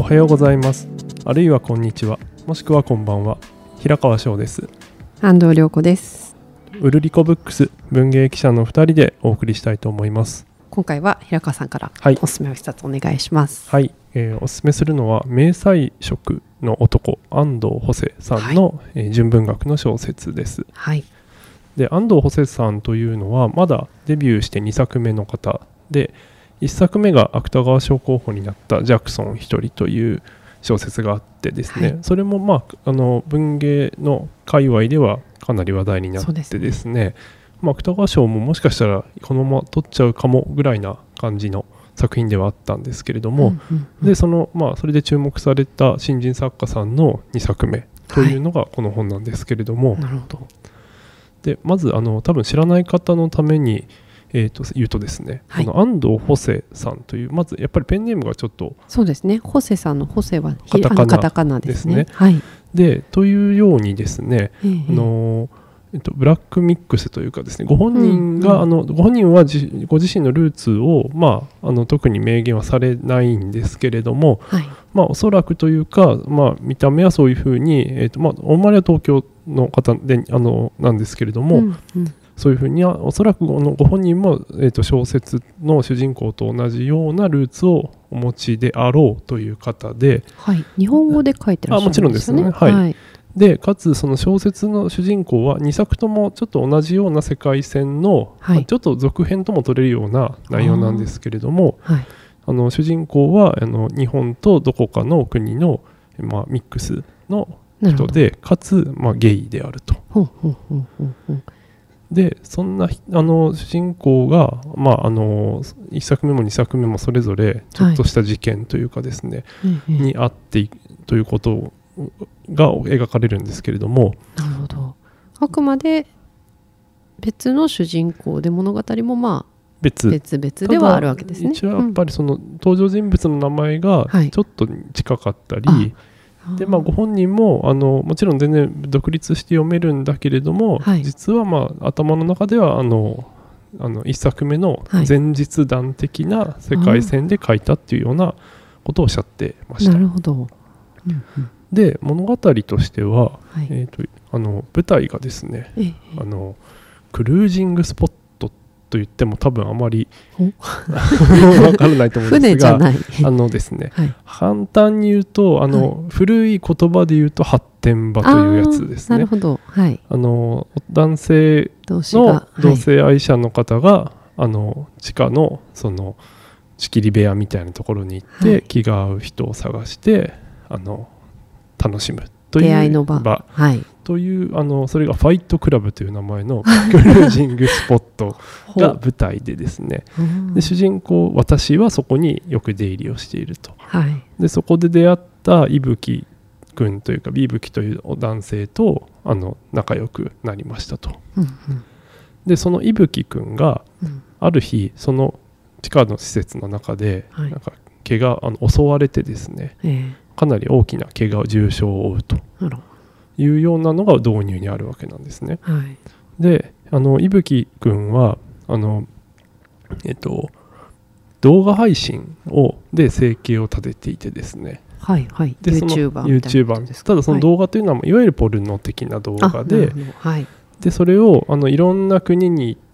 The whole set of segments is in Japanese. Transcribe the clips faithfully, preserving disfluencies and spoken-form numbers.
はようございます。あるいはこんにちは、もしくはこんばんは。平川翔です。 安藤涼子です。 ウルリコブックス文芸記者のふたりでお送りしたいと思います。 今回は平川さんからおすすめを一つお願いします。 はい、はいえー、おすすめするのは明彩色の男安藤補正さんの、はいえー、純文学の小説です。 はい、 で安藤補正さんというのはまだデビューしてにさくめの方で、いっさくめが芥川賞候補になったジャクソン一人という小説があってですね、はい、それも、まあ、あの文芸の界隈ではかなり話題になってですね、まあ、芥川賞ももしかしたらこのまま取っちゃうかもぐらいな感じの作品ではあったんですけれども、うんうんうん、でその、まあ、それで注目された新人作家さんのにさくめというのがこの本なんですけれども、 はい、なるほど。 でまずあの多分知らない方のためにえー、と言うとですね、はい、あの安藤補正さんというまずやっぱりペンネームがちょっとそうですね、補正さんの補正はカタカナ、カタカナですね。 はい、でというようにですね、えーあのえっと、ブラックミックスというかですね、ご本人が、うんうん、あのご本人はじご自身のルーツを、まあ、あの特に明言はされないんですけれども、はいまあ、おそらくというか、まあ、見た目はそういうふうに、えーとまあ、お生まれは東京の方であのなんですけれども、うんうんそういうふうにはおそらくこのご本人も、えー、と小説の主人公と同じようなルーツをお持ちであろうという方で、 はい、日本語で書いてらっしゃるんですよね。あもちろんですね、 はいはい、でかつその小説の主人公はにさくともちょっと同じような世界線の、はいまあ、ちょっと続編とも取れるような内容なんですけれども、あ、はい、あの主人公はあの日本とどこかの国の、まあ、ミックスの人でかつ、まあ、ゲイであると。ほうほうほうほうほうでそんなあの主人公が、まあ、あのいっさくめもにさくめもそれぞれちょっとした事件というかですね、はい、にあっていくということが描かれるんですけれども、 なるほど。あくまで別の主人公で物語もまあ 別, 別々ではあるわけですね。 一応やっぱりその登場人物の名前がちょっと近かったり、はいでまあ、ご本人もあのもちろん全然独立して読めるんだけれども、はい、実はまあ頭の中ではあのあのいっさくめの前日談的な世界線で書いたっていうようなことをおっしゃってました。 なるほど、うんうん、で物語としては、はいえー、とあの舞台がですね、ええ、あのクルージングスポットと言っても多分あまり分からないと思うんですが、船じゃないあのですね、はい、簡単に言うとあの、はい、古い言葉で言うと発展場というやつですね。 なるほど、はい、 あの男性の同性愛者の方が、はい、あの地下のその仕切り部屋みたいなところに行って、はい、気が合う人を探してあの楽しむという出会いの場、はい、 というあのそれがファイトクラブという名前のクルージングスポットが舞台でですねで主人公私はそこによく出入りをしていると、はい、でそこで出会った伊吹君というか伊吹という男性とあの仲良くなりましたと、うんうん、でその伊吹君がある日その地下の施設の中で、はい、なんか怪我あの襲われてですね、えー、かなり大きな怪我重傷を負うというようなのが導入にあるわけなんですね、はい、であの伊吹君はあの、えっと、動画配信をで生計を立てていてですね、 はいはい、 でその YouTuber ただその動画というのは、はい、いわゆるポルノ的な動画で、はい、でそれをあのいろんな国に行って、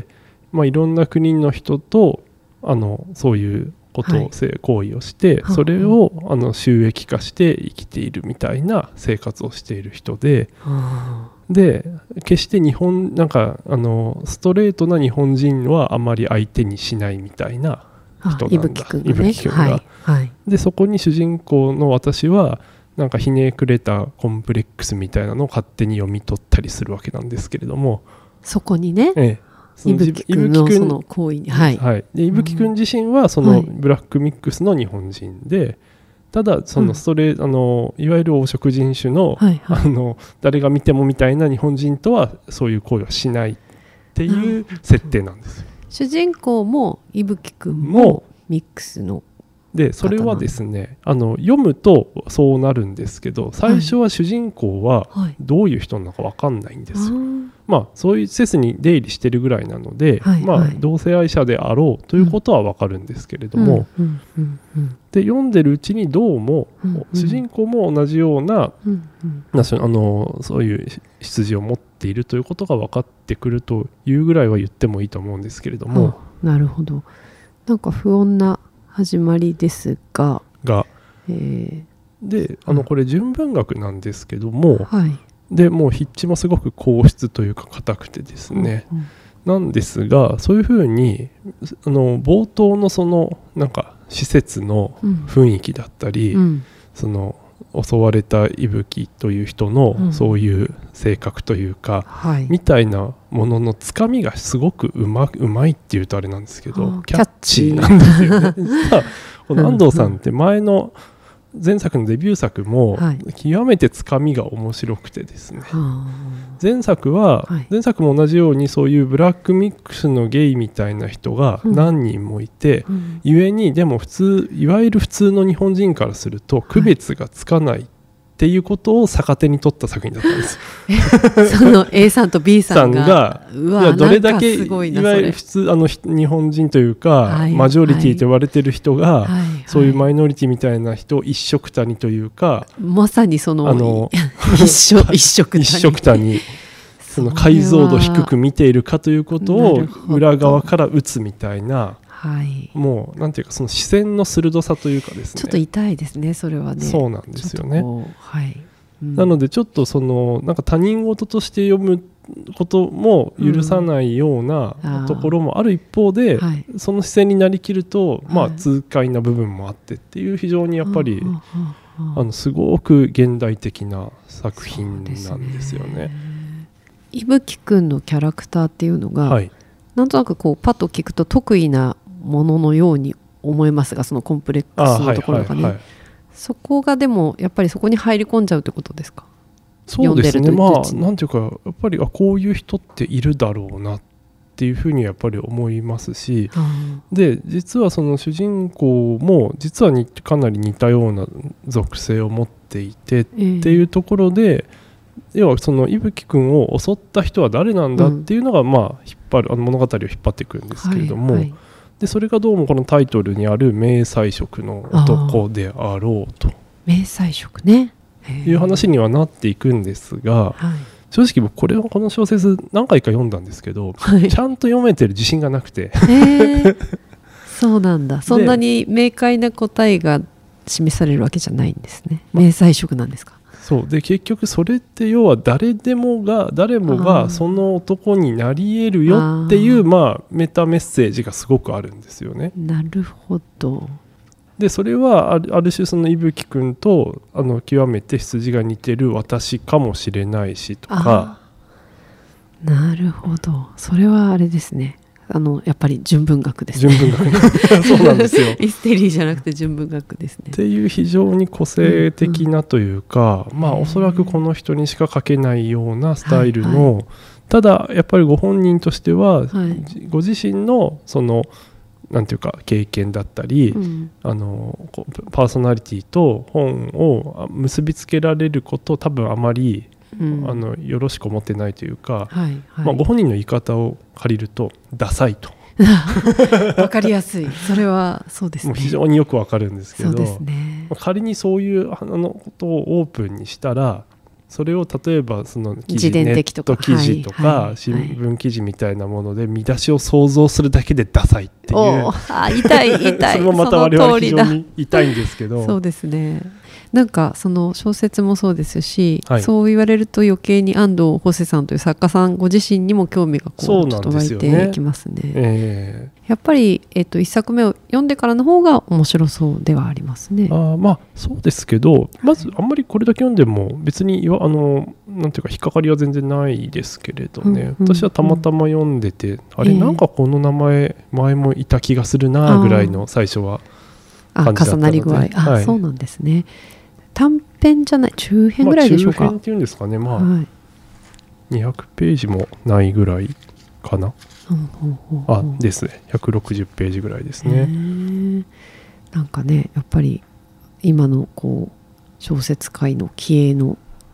まあ、いろんな国の人とあのそういうことを、はい、行為をしてそれをあの収益化して生きているみたいな生活をしている人で、で決して日本なんかあのストレートな日本人はあまり相手にしないみたいな人なんだ、伊吹君が、ねはいはい、でそこに主人公の私はなんかひねくれたコンプレックスみたいなのを勝手に読み取ったりするわけなんですけれども、 そこにね、ええ伊吹君のその行為に、はいはい、 で伊吹君自身はそのブラックミックスの日本人で、はい、ただそのストレ、うん、あのいわゆる黄色人種 の,、はいはい、あの誰が見てもみたいな日本人とはそういう行為はしないっていう設定なんですよ。 主人公も伊吹君もミックスのでそれはですねあの読むとそうなるんですけど最初は主人公はどういう人なのか分かんないんですよ、はいまあ、そういう施設に出入りしてるぐらいなので、はいはい、まあ、同性愛者であろうということは分かるんですけれども、うんうんうん、で読んでるうちにどうも、うんうん、主人公も同じような、うんうん、なあのそういう出自を持っているということが分かってくるというぐらいは言ってもいいと思うんですけれども、はあ、なるほど。なんか不穏な始まりですが、 が、えー、であのこれ純文学なんですけども、はい、でもう筆致もすごく硬質というか硬くてですね、うんうん、なんですがそういうふうにあの冒頭のそのなんか施設の雰囲気だったり、うん、その襲われた伊吹という人のそういう性格というか、うんはい、みたいなもののつかみがすごくうま、うまいっていうとあれなんですけど、キャッチーなんですよね。実はこの安藤さんって前の前作のデビュー作も極めてつかみが面白くてですね、はい、前作は前作も同じようにそういうブラックミックスのゲイみたいな人が何人もいて、うん、ゆえにでも普通いわゆる普通の日本人からすると区別がつかないっていうことを逆手に取った作品だったんです。 その A さんと B さんが、 さんがうわいやどれだけいわゆる普通あの日本人というか、はい、マジョリティと言われてる人が、はいはい、そういうマイノリティみたいな人を一緒くたにというか、 まさにそのあの一緒一緒くたに一緒くたにその解像度低く見ているかということを裏側から打つみたいな。はい、もうなんていうかその視線の鋭さというかですね、 ちょっと痛いですねそれはね。 そうなんですよね、はいうん、なのでちょっとそのなんか他人事として読むことも許さないようなところもある一方で、うんはい、その視線になりきると、まあ、痛快な部分もあってっていう非常にやっぱり、はい、あのすごく現代的な作品なんですよね。 伊吹くんのキャラクターっていうのが、はい、なんとなくこうパッと聞くと得意なもののように思いますが、そのコンプレックスのところがね、はいはいはい、そこがでもやっぱりそこに入り込んじゃうってことですか？ そうですね、まあなんていうかやっぱりあこういう人っているだろうなっていうふうにやっぱり思いますし、うん、で実はその主人公も実はにかなり似たような属性を持っていてっていうところで、えー、要はその伊吹くんを襲った人は誰なんだっていうのが、まあ引っ張るあの物語を引っ張っていくんですけれども、はいはい、でそれがどうもこのタイトルにある名彩色の男であろうと名彩色ねいう話にはなっていくんですが、はい、正直僕これはこの小説何回か読んだんですけど、はい、ちゃんと読めてる自信がなくて、 えー、そうなんだ。そんなに明快な答えが示されるわけじゃないんですね。名彩色なんですか？ そうで結局それって要は誰でもが誰もがその男になり得るよっていうまあメタメッセージがすごくあるんですよね。 なるほど。 でそれはある、ある種その伊吹くんとあの極めて羊が似てる私かもしれないしとか。 なるほど。それはあれですね、あのやっぱり純文学ですね。 純文学そうなんですよ。 ミステリーじゃなくて純文学ですね。 っていう非常に個性的なというか、うんうん、まあおそらくこの人にしか書けないようなスタイルの、はいはい、ただやっぱりご本人としては、はい、ご自身のそのなんていうか経験だったり、うん、あのパーソナリティと本を結びつけられることを多分あまり、うん、あのよろしく思ってないというか、はいはいまあ、ご本人の言い方を借りるとダサいとわかりやすい。それはそうですね。 もう非常によくわかるんですけど、 そうですね、 仮にそういうあのことをオープンにしたらそれを例えばその記事ネット記事とか新聞記事みたいなもので見出しを想像するだけでダサいっていう、 あ痛い痛いそれもまた我々非常に痛いんですけど、 そうですね。なんかその小説もそうですし、はい、そう言われると余計に安藤ホセさんという作家さんご自身にも興味がこうちょっと湧いてきますね。えー、やっぱり、えーと、いっさくめを読んでからの方が面白そうではありますね。 あまあそうですけど、まずあんまりこれだけ読んでも別にあのなんていうか引っかかりは全然ないですけれどね、うんうんうん、私はたまたま読んでて、あれ、えー、なんかこの名前前もいた気がするなぐらいの最初は感じだったので、 あ重なり具合、あ、はい、そうなんですね。短編じゃない中編ぐらいでしょうか。 まあ、中編っていうんですかね、まあはい、にひゃくページもないぐらいかな、うんうんうん、あですね、ひゃくろくじゅうページぐらいですね。 なんかねやっぱり今のこう小説界の気鋭の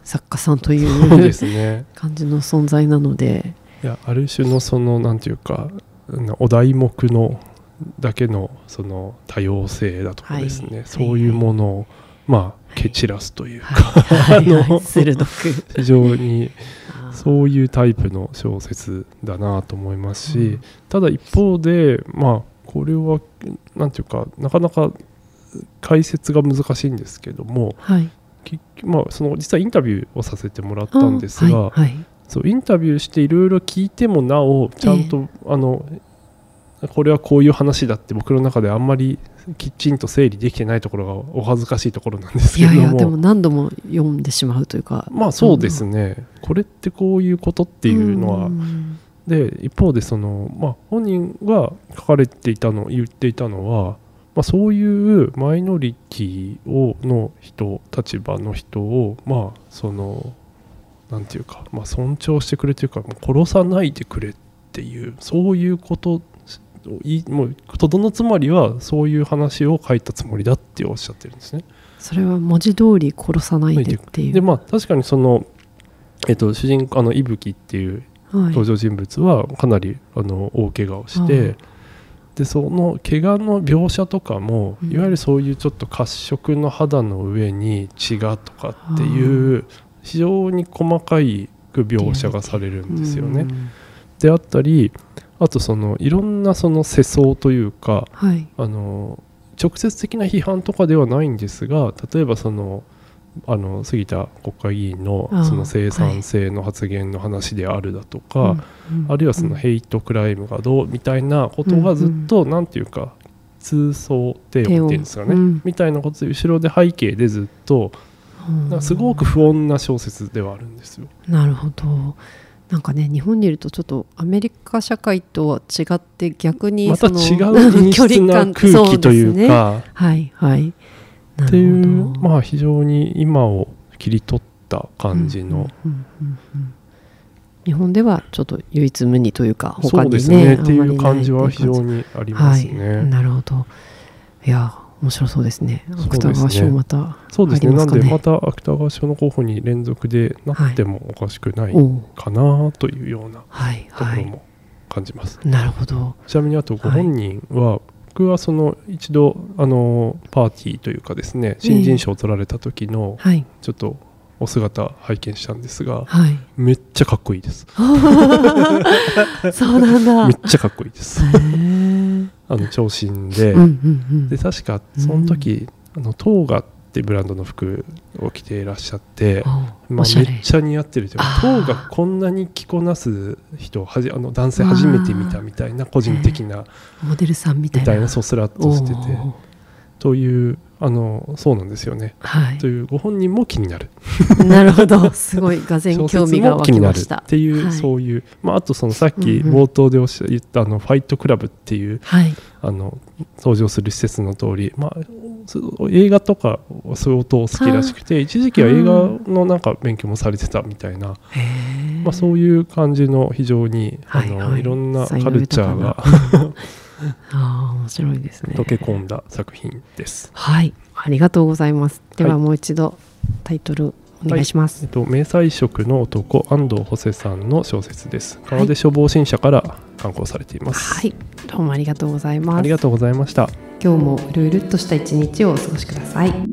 作家さんというそうです、ね、感じの存在なので、 いやある種のそのなんていうかお題目のだけのその多様性だとかですね、はい、そういうものを、まあ、蹴散らすというか、 はいはいはい、鋭く非常にそういうタイプの小説だなと思いますし、うん、ただ一方で、まあ、これはなんていうかなかなか解説が難しいんですけども、はい、まあ、その実はインタビューをさせてもらったんですが、はいはい、そうインタビューしていろいろ聞いてもなおちゃんと、えー、あのこれはこういう話だって僕の中であんまりきちんと整理できてないところがお恥ずかしいところなんですけども、いやいやでも何度も読んでしまうというか、 まあそうですね、うん、これってこういうことっていうのは、うん、で一方でその、まあ、本人が書かれていたの言っていたのは、まあ、そういうマイノリティをの人立場の人をまあそのなんていうか、まあ、尊重してくれというかもう殺さないでくれっていうそういうこともうとどのつまりはそういう話を書いたつもりだっておっしゃってるんですね。 それは文字通り殺さないでっていう。 でまあ確かにその、えっと、主人公あの伊吹っていう登場人物はかなりあの大怪我をして、はい、でその怪我の描写とかも、うん、いわゆるそういうちょっと褐色の肌の上に血がとかっていう非常に細かい描写がされるんですよね。うん、であったりあとそのいろんなその世相というか、はい、あの直接的な批判とかではないんですが、例えばそのあの杉田国会議員のその生産性の発言の話であるだとか、はい、あるいはそのヘイトクライムがどうみたいなことがずっとなんていうか通奏低音っていうんですかね、うん、みたいなことで後ろで背景でずっとすごく不穏な小説ではあるんですよ。 なるほど。なんかね日本にいるとちょっとアメリカ社会とは違って逆にそのまた違う陰湿な空気というか、 ね、はいはいっていうまあ非常に今を切り取った感じの、うんうんうんうん、 日本ではちょっと唯一無二というか他にね、 そうですねっていう感じは非常にありますね。 はい、なるほど。いや面白そうですね。芥川賞また入りますかね。 そうですね。なんでまた芥川賞の候補に連続でなってもおかしくないかなというようなところも感じます。 はいはい、なるほど。 ちなみにあとご本人は、はい、僕はその一度あのパーティーというかですね新人賞を取られた時のちょっとお姿拝見したんですが、はい、めっちゃかっこいいです。 そうなんだ。 めっちゃかっこいいです。あの長身で、うんうんうん、で確かその時、うん、あのトーガってブランドの服を着ていらっしゃって、まあ、めっちゃ似合ってるというかトーガこんなに着こなす人はじあの男性初めて見たみたいな個人的なモデルさんみたいな、みたいなそうスラッとしててというあのそうなんですよね、はい、というご本人も気になるなるほどすごいがぜん興味が湧きましたっていう、はい、そういう、まあ、あとそのさっき冒頭でおっしゃったあのファイトクラブっていう、はい、あの登場する施設の通り、まあ、映画とか相当好きらしくて一時期は映画のなんか勉強もされてたみたいな、まあ、そういう感じの非常にあの、はいはい、いろんなカルチャーがあ面白いですね。 溶け込んだ作品です。 はい、ありがとうございます。ではもう一度タイトルお願いします。 はい、えっと、迷彩色の男安藤補正さんの小説です。川出消防新社から刊行されています。 はい、どうもありがとうございます。 ありがとうございました。 今日もうるうるっとした一日をお過ごしください。